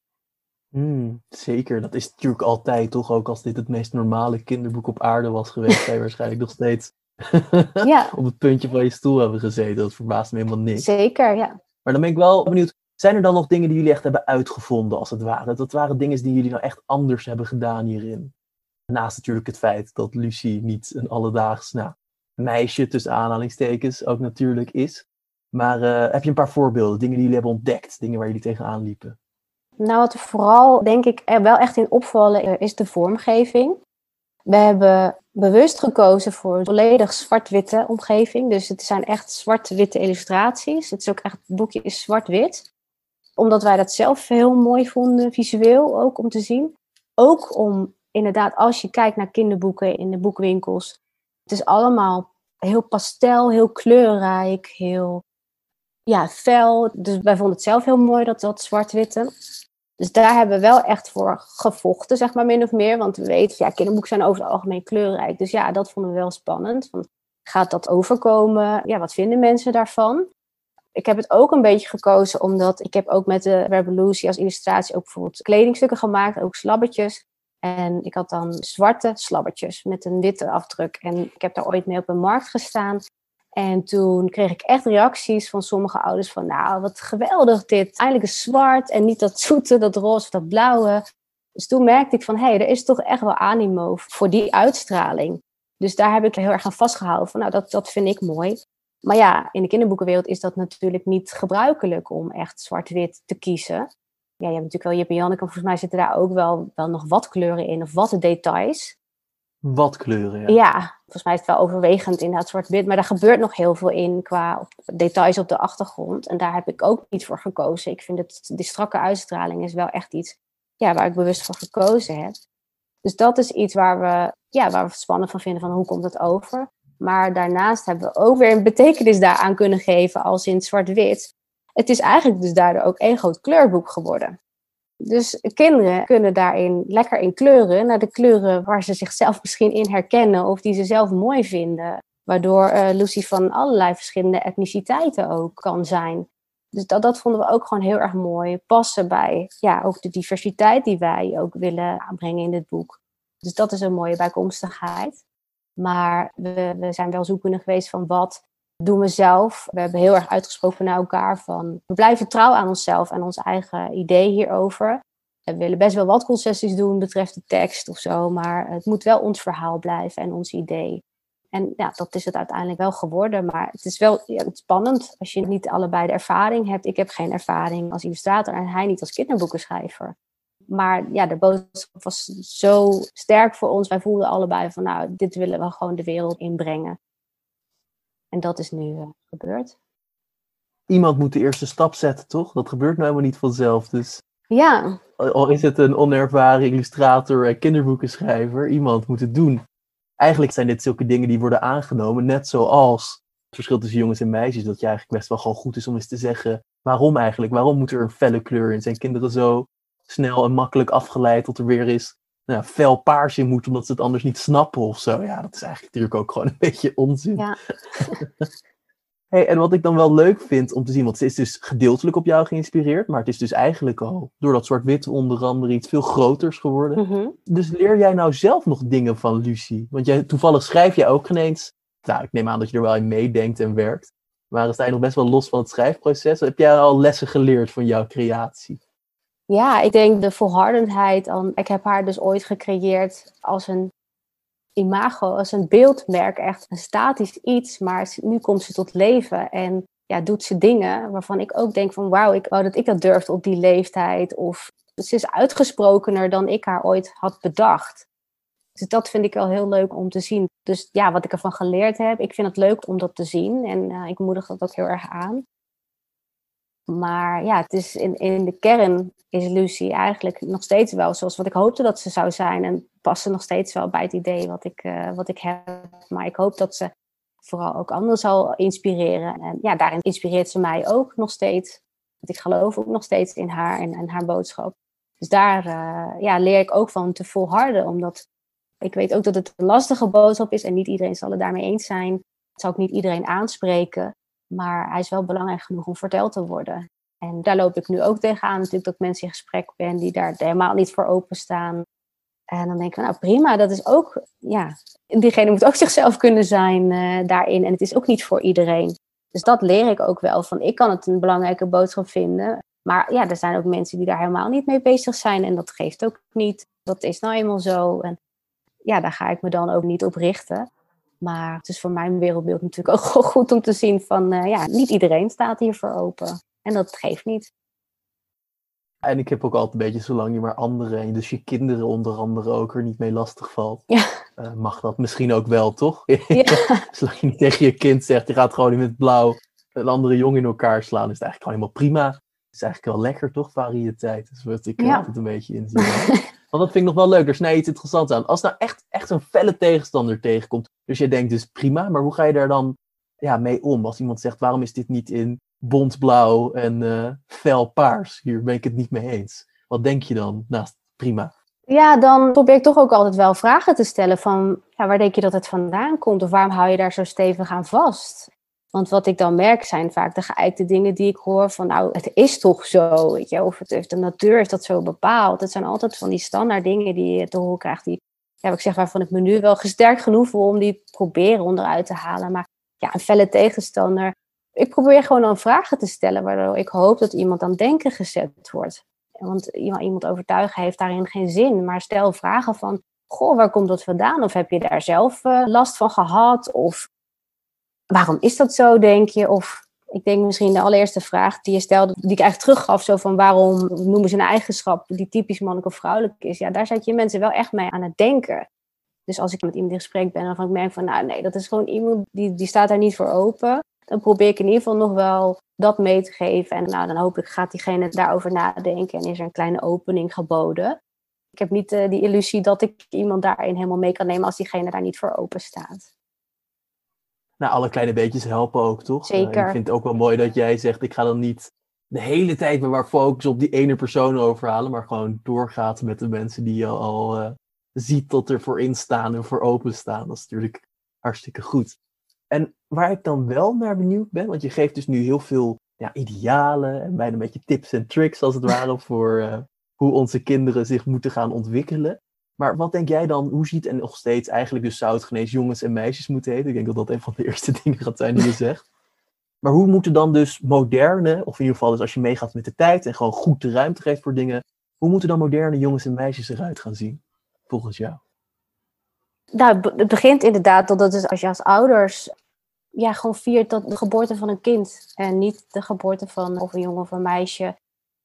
Zeker, dat is natuurlijk altijd toch, ook als dit het meest normale kinderboek op aarde was geweest, zou je waarschijnlijk nog steeds op het puntje van je stoel hebben gezeten. Dat verbaast me helemaal niks. Zeker, ja. Maar dan ben ik wel benieuwd, zijn er dan nog dingen die jullie echt hebben uitgevonden, als het ware? Dat waren dingen die jullie nou echt anders hebben gedaan hierin. Naast natuurlijk het feit dat Lucie niet een alledaags meisje, tussen aanhalingstekens, ook natuurlijk is. Maar heb je een paar voorbeelden, dingen die jullie hebben ontdekt, dingen waar jullie tegenaan liepen? Nou, wat er vooral, denk ik, er wel echt in opvallen is de vormgeving. We hebben bewust gekozen voor een volledig zwart-witte omgeving. Dus het zijn echt zwart-witte illustraties. Het is ook echt, het boekje is zwart-wit. Omdat wij dat zelf heel mooi vonden, visueel ook om te zien. Ook om, inderdaad, als je kijkt naar kinderboeken in de boekwinkels. Het is allemaal heel pastel, heel kleurrijk, heel fel. Dus wij vonden het zelf heel mooi, dat zwart-witte. Dus daar hebben we wel echt voor gevochten, zeg maar, min of meer. Want we weten, kinderboeken zijn over het algemeen kleurrijk. Dus ja, dat vonden we wel spannend. Want gaat dat overkomen? Ja, wat vinden mensen daarvan? Ik heb het ook een beetje gekozen, omdat ik heb ook met de Revolutie als illustratie ook bijvoorbeeld kledingstukken gemaakt, ook slabbetjes. En ik had dan zwarte slabbertjes met een witte afdruk. En ik heb daar ooit mee op een markt gestaan. En toen kreeg ik echt reacties van sommige ouders van, nou, wat geweldig dit. Eindelijk is zwart en niet dat zoete, dat roze of dat blauwe. Dus toen merkte ik van, er is toch echt wel animo voor die uitstraling. Dus daar heb ik heel erg aan vastgehouden van, nou, dat vind ik mooi. Maar ja, in de kinderboekenwereld is dat natuurlijk niet gebruikelijk om echt zwart-wit te kiezen. Ja, je hebt natuurlijk wel Jip en Janneke, volgens mij zitten daar ook wel nog wat kleuren in of wat details. Wat kleuren, ja. Ja, volgens mij is het wel overwegend inderdaad zwart-wit. Maar daar gebeurt nog heel veel in qua details op de achtergrond. En daar heb ik ook niet voor gekozen. Ik vind die strakke uitstraling is wel echt iets waar ik bewust voor gekozen heb. Dus dat is iets waar we het spannend van vinden, van hoe komt het over. Maar daarnaast hebben we ook weer een betekenis daaraan kunnen geven als in zwart-wit. Het is eigenlijk dus daardoor ook één groot kleurboek geworden. Dus kinderen kunnen daarin lekker in kleuren, naar de kleuren waar ze zichzelf misschien in herkennen of die ze zelf mooi vinden. Waardoor Lucie van allerlei verschillende etniciteiten ook kan zijn. Dus dat vonden we ook gewoon heel erg mooi. Passen bij ook de diversiteit die wij ook willen aanbrengen in dit boek. Dus dat is een mooie bijkomstigheid. Maar we zijn wel zoekende geweest van wat doen we zelf. We hebben heel erg uitgesproken naar elkaar van we blijven trouw aan onszelf en ons eigen idee hierover. We willen best wel wat concessies doen betreft de tekst of zo, maar het moet wel ons verhaal blijven en ons idee. En dat is het uiteindelijk wel geworden, maar het is wel spannend als je niet allebei de ervaring hebt. Ik heb geen ervaring als illustrator en hij niet als kinderboekenschrijver. Maar de boodschap was zo sterk voor ons. Wij voelden allebei van dit willen we gewoon de wereld inbrengen. En dat is nu gebeurd. Iemand moet de eerste stap zetten, toch? Dat gebeurt nou helemaal niet vanzelf. Dus ja. Al is het een onervaren illustrator en kinderboekenschrijver, iemand moet het doen. eigenlijk zijn dit zulke dingen die worden aangenomen, net zoals het verschil tussen jongens en meisjes, dat je eigenlijk best wel gewoon goed is om eens te zeggen, waarom eigenlijk? Waarom moet er een felle kleur in? Zijn kinderen zo snel en makkelijk afgeleid tot er weer is fel paars in moet, omdat ze het anders niet snappen of zo? Ja, dat is eigenlijk natuurlijk ook gewoon een beetje onzin. Ja. Hey, en wat ik dan wel leuk vind om te zien, want ze is dus gedeeltelijk op jou geïnspireerd, maar het is dus eigenlijk al door dat zwart-wit onder andere iets veel groters geworden. Mm-hmm. Dus leer jij nou zelf nog dingen van Lucie? Want toevallig schrijf jij ook ineens. Nou, ik neem aan dat je er wel in meedenkt en werkt. Maar sta je nog best wel los van het schrijfproces? Heb jij al lessen geleerd van jouw creatie? Ja, ik denk de volhardendheid. Ik heb haar dus ooit gecreëerd als een imago, als een beeldmerk. Echt een statisch iets, maar nu komt ze tot leven. En ja, doet ze dingen waarvan ik ook denk van wauw, ik wou dat ik dat durfde op die leeftijd. Of ze is uitgesprokener dan ik haar ooit had bedacht. Dus dat vind ik wel heel leuk om te zien. Dus ja, wat ik ervan geleerd heb, ik vind het leuk om dat te zien. En ik moedig dat ook heel erg aan. Maar ja, het is in de kern is Lucie eigenlijk nog steeds wel zoals wat ik hoopte dat ze zou zijn. En past ze nog steeds wel bij het idee wat ik heb. Maar ik hoop dat ze vooral ook anderen zal inspireren. En ja, daarin inspireert ze mij ook nog steeds. Want ik geloof ook nog steeds in haar en haar boodschap. Dus daar leer ik ook van te volharden. Omdat ik weet ook dat het een lastige boodschap is. En niet iedereen zal het daarmee eens zijn. Het zal ook niet iedereen aanspreken. Maar hij is wel belangrijk genoeg om verteld te worden. En daar loop ik nu ook tegenaan. Natuurlijk dat mensen in gesprek ben die daar helemaal niet voor openstaan. En dan denk ik, nou prima, dat is ook... Ja, diegene moet ook zichzelf kunnen zijn daarin. En het is ook niet voor iedereen. Dus dat leer ik ook wel. Van, ik kan het een belangrijke boodschap vinden. Maar ja, er zijn ook mensen die daar helemaal niet mee bezig zijn. En dat geeft ook niet. Dat is nou eenmaal zo. En ja, daar ga ik me dan ook niet op richten. Maar het is voor mijn wereldbeeld natuurlijk ook wel goed om te zien van... niet iedereen staat hiervoor open. En dat geeft niet. En ik heb ook altijd een beetje, zolang je maar anderen, en dus je kinderen onder andere ook er niet mee lastig valt, Ja. Mag dat misschien ook wel, toch? Ja. Zolang je niet tegen je kind zegt, je gaat gewoon in het blauw een andere jongen in elkaar slaan, is het eigenlijk gewoon helemaal prima. Het is eigenlijk wel lekker, toch? Variëteit. Dat is wat ik altijd een beetje in zie. Want dat vind ik nog wel leuk. Er snij iets interessants aan. Als nou echt een felle tegenstander tegenkomt, dus je denkt dus prima, maar hoe ga je daar dan mee om? Als iemand zegt, waarom is dit niet in bontblauw en fel paars? Hier ben ik het niet mee eens. Wat denk je dan naast prima? Ja, dan probeer ik toch ook altijd wel vragen te stellen van... Ja, waar denk je dat het vandaan komt? Of waarom hou je daar zo stevig aan vast? Want wat ik dan merk zijn vaak de geëikte dingen die ik hoor van... Nou, het is toch zo, weet je? Of de natuur heeft dat zo bepaald. Het zijn altijd van die standaard dingen die je te horen krijgt. Die, ik zeg waarvan ik me nu wel gesterkt genoeg voel om die proberen onderuit te halen. Maar ja, een felle tegenstander... Ik probeer gewoon dan vragen te stellen... waardoor ik hoop dat iemand aan denken gezet wordt. Want iemand overtuigen heeft daarin geen zin. Maar stel vragen van... Goh, waar komt dat vandaan? Of heb je daar zelf last van gehad? Of waarom is dat zo, denk je? Of ik denk misschien de allereerste vraag die je stelde... die ik eigenlijk teruggaf. Zo van waarom noemen ze een eigenschap... die typisch mannelijk of vrouwelijk is. Ja, daar zet je mensen wel echt mee aan het denken. Dus als ik met iemand in gesprek ben... dan ik merk van... nou nee, dat is gewoon iemand die staat daar niet voor open... Dan probeer ik in ieder geval nog wel dat mee te geven. En nou, dan hopelijk gaat diegene daarover nadenken en is er een kleine opening geboden. Ik heb niet die illusie dat ik iemand daarin helemaal mee kan nemen als diegene daar niet voor open staat. Nou, alle kleine beetjes helpen ook, toch? Zeker. Ik vind het ook wel mooi dat jij zegt, ik ga dan niet de hele tijd maar focus op die ene persoon overhalen, maar gewoon doorgaat met de mensen die je al ziet dat er voor instaan en voor openstaan. Dat is natuurlijk hartstikke goed. En waar ik dan wel naar benieuwd ben, want je geeft dus nu heel veel idealen en bijna een beetje tips en tricks als het ware voor hoe onze kinderen zich moeten gaan ontwikkelen. Maar wat denk jij dan, hoe ziet en nog steeds eigenlijk dus zou het geen eens jongens en meisjes moeten heten? Ik denk dat dat een van de eerste dingen gaat zijn die je zegt. Maar hoe moeten dan dus moderne, of in ieder geval dus als je meegaat met de tijd en gewoon goed de ruimte geeft voor dingen, hoe moeten dan moderne jongens en meisjes eruit gaan zien, volgens jou? Nou, het begint inderdaad dat het als je als ouders gewoon viert dat de geboorte van een kind en niet de geboorte van of een jongen of een meisje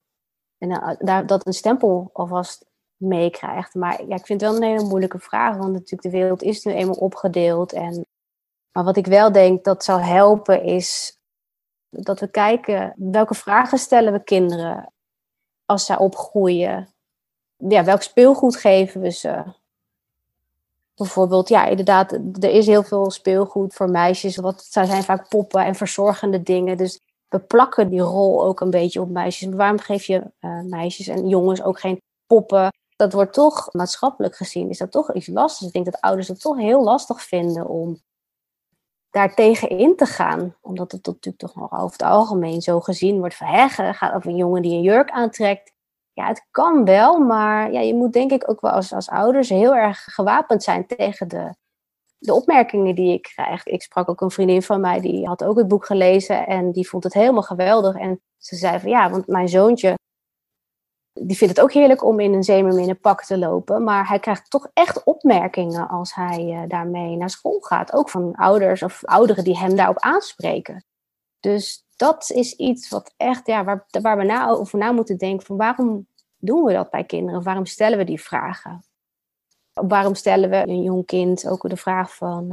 en dat een stempel alvast meekrijgt. Maar ik vind het wel een hele moeilijke vraag, want natuurlijk de wereld is nu eenmaal opgedeeld. Maar wat ik wel denk dat zou helpen is dat we kijken welke vragen stellen we kinderen als zij opgroeien. Ja, welk speelgoed geven we ze? Bijvoorbeeld, ja, inderdaad, er is heel veel speelgoed voor meisjes. Het zijn vaak poppen en verzorgende dingen. Dus we plakken die rol ook een beetje op meisjes. Maar waarom geef je meisjes en jongens ook geen poppen? Dat wordt toch maatschappelijk gezien, is dat toch iets lastigs. Ik denk dat ouders het toch heel lastig vinden om daar tegen in te gaan. Omdat het natuurlijk toch nog over het algemeen zo gezien wordt van, gaat over een jongen die een jurk aantrekt. Ja, het kan wel, maar ja, je moet denk ik ook wel als ouders heel erg gewapend zijn tegen de opmerkingen die ik krijg. Ik sprak ook een vriendin van mij, die had ook het boek gelezen en die vond het helemaal geweldig. En ze zei van ja, want mijn zoontje, die vindt het ook heerlijk om in een zeemerminnen pak te lopen. Maar hij krijgt toch echt opmerkingen als hij daarmee naar school gaat. Ook van ouders of ouderen die hem daarop aanspreken. Dus dat is iets wat echt, ja, waar we over na moeten denken. Van waarom doen we dat bij kinderen? Waarom stellen we die vragen? Waarom stellen we een jong kind ook de vraag van...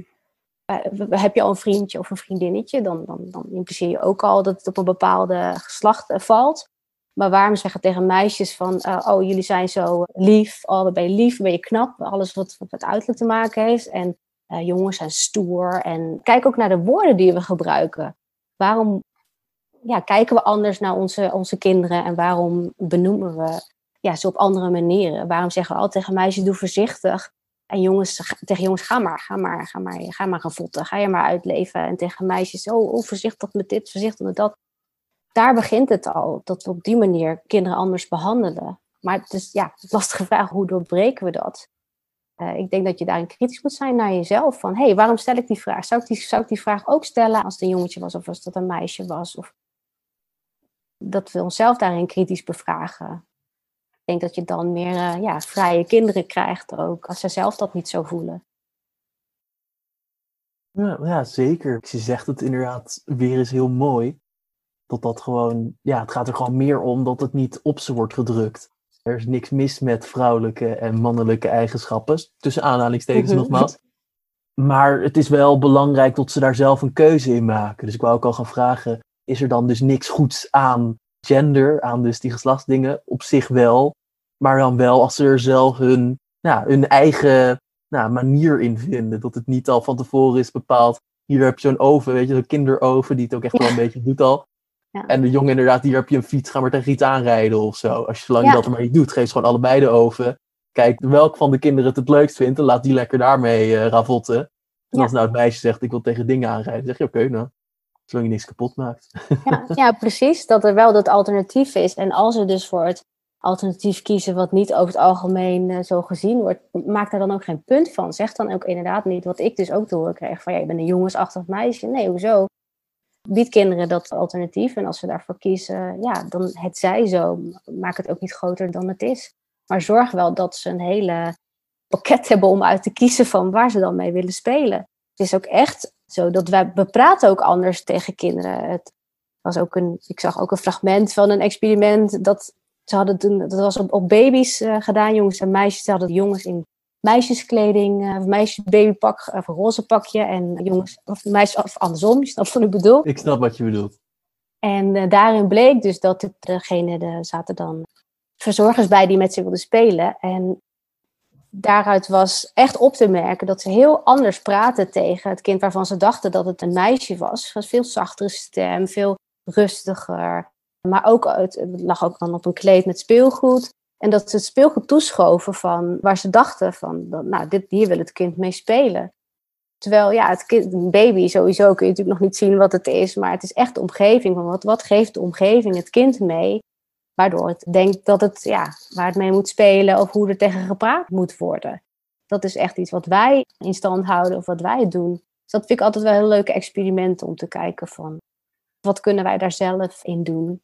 heb je al een vriendje of een vriendinnetje? Dan impliceer je ook al dat het op een bepaalde geslacht valt. Maar waarom zeggen tegen meisjes van... oh, jullie zijn zo lief. Oh, ben je lief, ben je knap. Alles wat met uiterlijk te maken heeft. En jongens zijn stoer. En kijk ook naar de woorden die we gebruiken. Waarom kijken we anders naar onze kinderen? En waarom benoemen we ze op andere manieren? Waarom zeggen we altijd tegen meisjes, doe voorzichtig. En tegen jongens, ga maar gavotten. Ga je maar uitleven. En tegen meisjes, oh, voorzichtig met dit, voorzichtig met dat. Daar begint het al, dat we op die manier kinderen anders behandelen. Maar het is een lastige vraag, hoe doorbreken we dat? Ik denk dat je daarin kritisch moet zijn naar jezelf. Van, waarom stel ik die vraag? Zou ik die vraag ook stellen als het een jongetje was of als dat een meisje was? Of dat we onszelf daarin kritisch bevragen. Ik denk dat je dan meer vrije kinderen krijgt ook, als ze zelf dat niet zo voelen. Ja, zeker. Je zegt het inderdaad weer eens heel mooi. Dat gewoon, het gaat er gewoon meer om dat het niet op ze wordt gedrukt. Er is niks mis met vrouwelijke en mannelijke eigenschappen, tussen aanhalingstekens nogmaals. Maar het is wel belangrijk dat ze daar zelf een keuze in maken. Dus ik wou ook al gaan vragen, is er dan dus niks goeds aan gender, aan dus die geslachtsdingen? Op zich wel, maar dan wel als ze er zelf hun eigen manier in vinden. Dat het niet al van tevoren is bepaald. Hier heb je zo'n oven, weet je, zo'n kinderoven die het ook echt wel een beetje doet al. Ja. En de jongen inderdaad, hier heb je een fiets, ga maar tegen iets aanrijden of zo. Zolang je dat er maar niet doet, geef ze gewoon allebei de oven. Kijk, welk van de kinderen het leukst vindt en laat die lekker daarmee ravotten. En als nou het meisje zegt, ik wil tegen dingen aanrijden, zeg je oké, nou, zolang je niks kapot maakt. Ja, precies, dat er wel dat alternatief is. En als ze dus voor het alternatief kiezen wat niet over het algemeen zo gezien wordt, maak daar dan ook geen punt van. Zeg dan ook inderdaad niet, wat ik dus ook te horen kreeg, van je bent een jongensachtig meisje. Nee, hoezo? Bied kinderen dat alternatief. En als ze daarvoor kiezen, dan het zij zo. Maak het ook niet groter dan het is. Maar zorg wel dat ze een hele pakket hebben om uit te kiezen van waar ze dan mee willen spelen. Het is ook echt zo dat we praten ook anders tegen kinderen. Ik zag ook een fragment van een experiment dat ze hadden toen, dat was op baby's gedaan, jongens en meisjes. Ze hadden de jongens in meisjeskleding, meisjes babypak of een roze pakje en jongens of meisjes of andersom, je snapt wat ik bedoel. Ik snap wat je bedoelt. En daarin bleek dus dat er zaten dan verzorgers bij die met ze wilden spelen. En daaruit was echt op te merken dat ze heel anders praten tegen het kind waarvan ze dachten dat het een meisje was. Het was veel zachtere stem, veel rustiger. Maar ook het lag ook dan op een kleed met speelgoed. En dat ze het speelgoed toeschoven van waar ze dachten van, hier wil het kind mee spelen. Terwijl, het kind, een baby sowieso kun je natuurlijk nog niet zien wat het is. Maar het is echt de omgeving. Van wat geeft de omgeving het kind mee? Waardoor het denkt dat het, waar het mee moet spelen of hoe er tegen gepraat moet worden. Dat is echt iets wat wij in stand houden of wat wij doen. Dus dat vind ik altijd wel heel leuke experimenten om te kijken van, wat kunnen wij daar zelf in doen?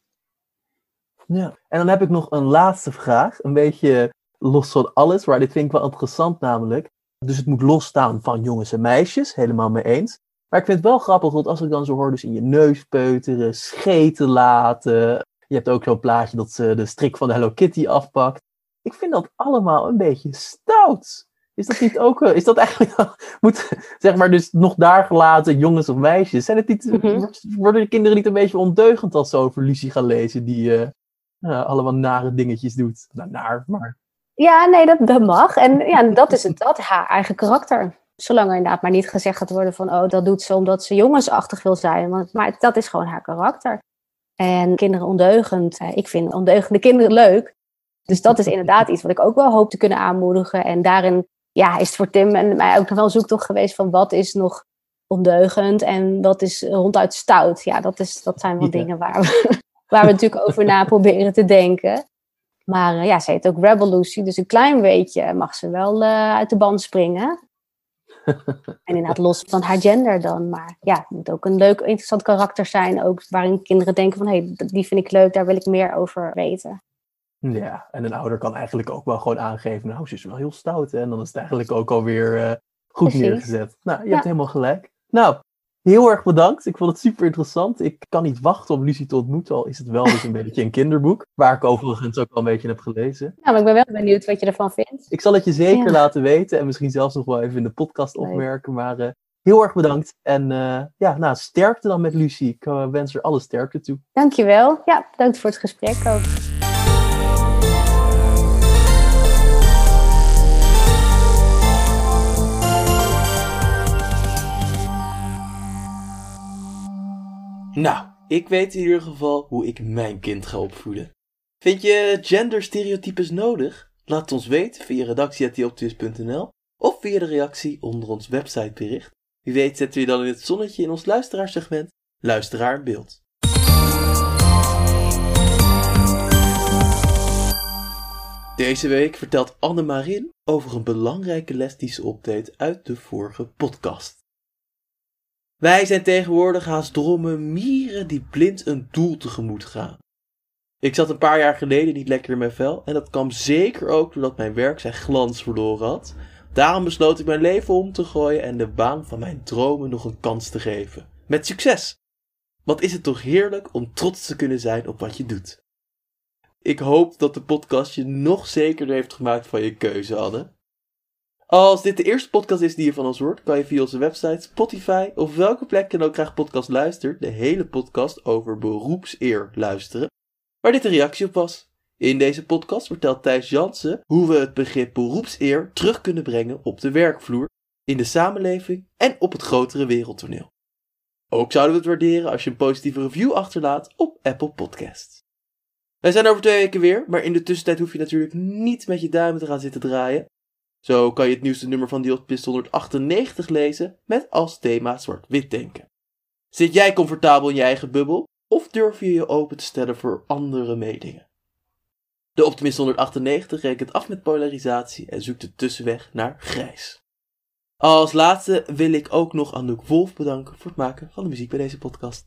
Ja, en dan heb ik nog een laatste vraag. Een beetje los van alles, maar dit vind ik wel interessant namelijk. Dus het moet losstaan van jongens en meisjes, helemaal mee eens. Maar ik vind het wel grappig, want als ik dan zo hoor, dus in je neus peuteren, scheten laten. Je hebt ook zo'n plaatje dat ze de strik van de Hello Kitty afpakt. Ik vind dat allemaal een beetje stout. Is dat niet ook, is dat eigenlijk, moet zeg maar dus nog daar gelaten, jongens of meisjes? Zijn het niet, worden de kinderen niet een beetje ondeugend als ze over Lucie gaan lezen, die allemaal nare dingetjes doet? Nou, maar... Ja, nee, dat mag. En ja, dat is haar eigen karakter. Zolang er inderdaad maar niet gezegd gaat worden van... oh, dat doet ze omdat ze jongensachtig wil zijn. Maar dat is gewoon haar karakter. En kinderen ondeugend. Ik vind ondeugende kinderen leuk. Dus dat is inderdaad iets wat ik ook wel hoop te kunnen aanmoedigen. En daarin is het voor Tim en mij ook nog wel een zoektocht geweest... van wat is nog ondeugend en wat is ronduit stout. Ja, dat zijn wel dingen waar we natuurlijk over na proberen te denken. Maar ze heet ook Rebel Lucy, dus een klein beetje mag ze wel uit de band springen. En inderdaad los van haar gender dan. Maar ja, het moet ook een leuk, interessant karakter zijn. Ook waarin kinderen denken van, hey, die vind ik leuk, daar wil ik meer over weten. Ja, en een ouder kan eigenlijk ook wel gewoon aangeven, nou, ze is wel heel stout. Hè? En dan is het eigenlijk ook alweer goed neergezet. Nou, je hebt helemaal gelijk. Nou, heel erg bedankt. Ik vond het super interessant. Ik kan niet wachten om Lucy te ontmoeten, al is het wel dus een beetje een kinderboek. Waar ik overigens ook wel een beetje heb gelezen. Ja, maar ik ben wel benieuwd wat je ervan vindt. Ik zal het je zeker laten weten en misschien zelfs nog wel even in de podcast opmerken. Maar heel erg bedankt. En sterkte dan met Lucy. Ik wens er alle sterkte toe. Dankjewel. Ja, bedankt voor het gesprek ook. Nou, ik weet in ieder geval hoe ik mijn kind ga opvoeden. Vind je genderstereotypes nodig? Laat het ons weten via redactie@theoptimist.nl of via de reactie onder ons websitebericht. Wie weet zetten we je dan in het zonnetje in ons luisteraarsegment Luisteraar in Beeld. Deze week vertelt Annemarin over een belangrijke les die ze opdeed uit de vorige podcast. Wij zijn tegenwoordig haast dromme mieren die blind een doel tegemoet gaan. Ik zat een paar jaar geleden niet lekker in mijn vel en dat kwam zeker ook doordat mijn werk zijn glans verloren had. Daarom besloot ik mijn leven om te gooien en de baan van mijn dromen nog een kans te geven. Met succes! Wat is het toch heerlijk om trots te kunnen zijn op wat je doet. Ik hoop dat de podcast je nog zekerder heeft gemaakt van je keuze, Anne. Als dit de eerste podcast is die je van ons hoort, kan je via onze website, Spotify of welke plek je dan ook graag podcast luistert, de hele podcast over beroepseer luisteren, waar dit een reactie op was. In deze podcast vertelt Thijs Jansen hoe we het begrip beroepseer terug kunnen brengen op de werkvloer, in de samenleving en op het grotere wereldtoneel. Ook zouden we het waarderen als je een positieve review achterlaat op Apple Podcasts. Wij zijn over 2 weken weer, maar in de tussentijd hoef je natuurlijk niet met je duimen te gaan zitten draaien. Zo kan je het nieuwste nummer van The Optimist 198 lezen met als thema zwart-wit denken. Zit jij comfortabel in je eigen bubbel of durf je je open te stellen voor andere meningen? De Optimist 198 rekent af met polarisatie en zoekt de tussenweg naar grijs. Als laatste wil ik ook nog Anouk Wolf bedanken voor het maken van de muziek bij deze podcast.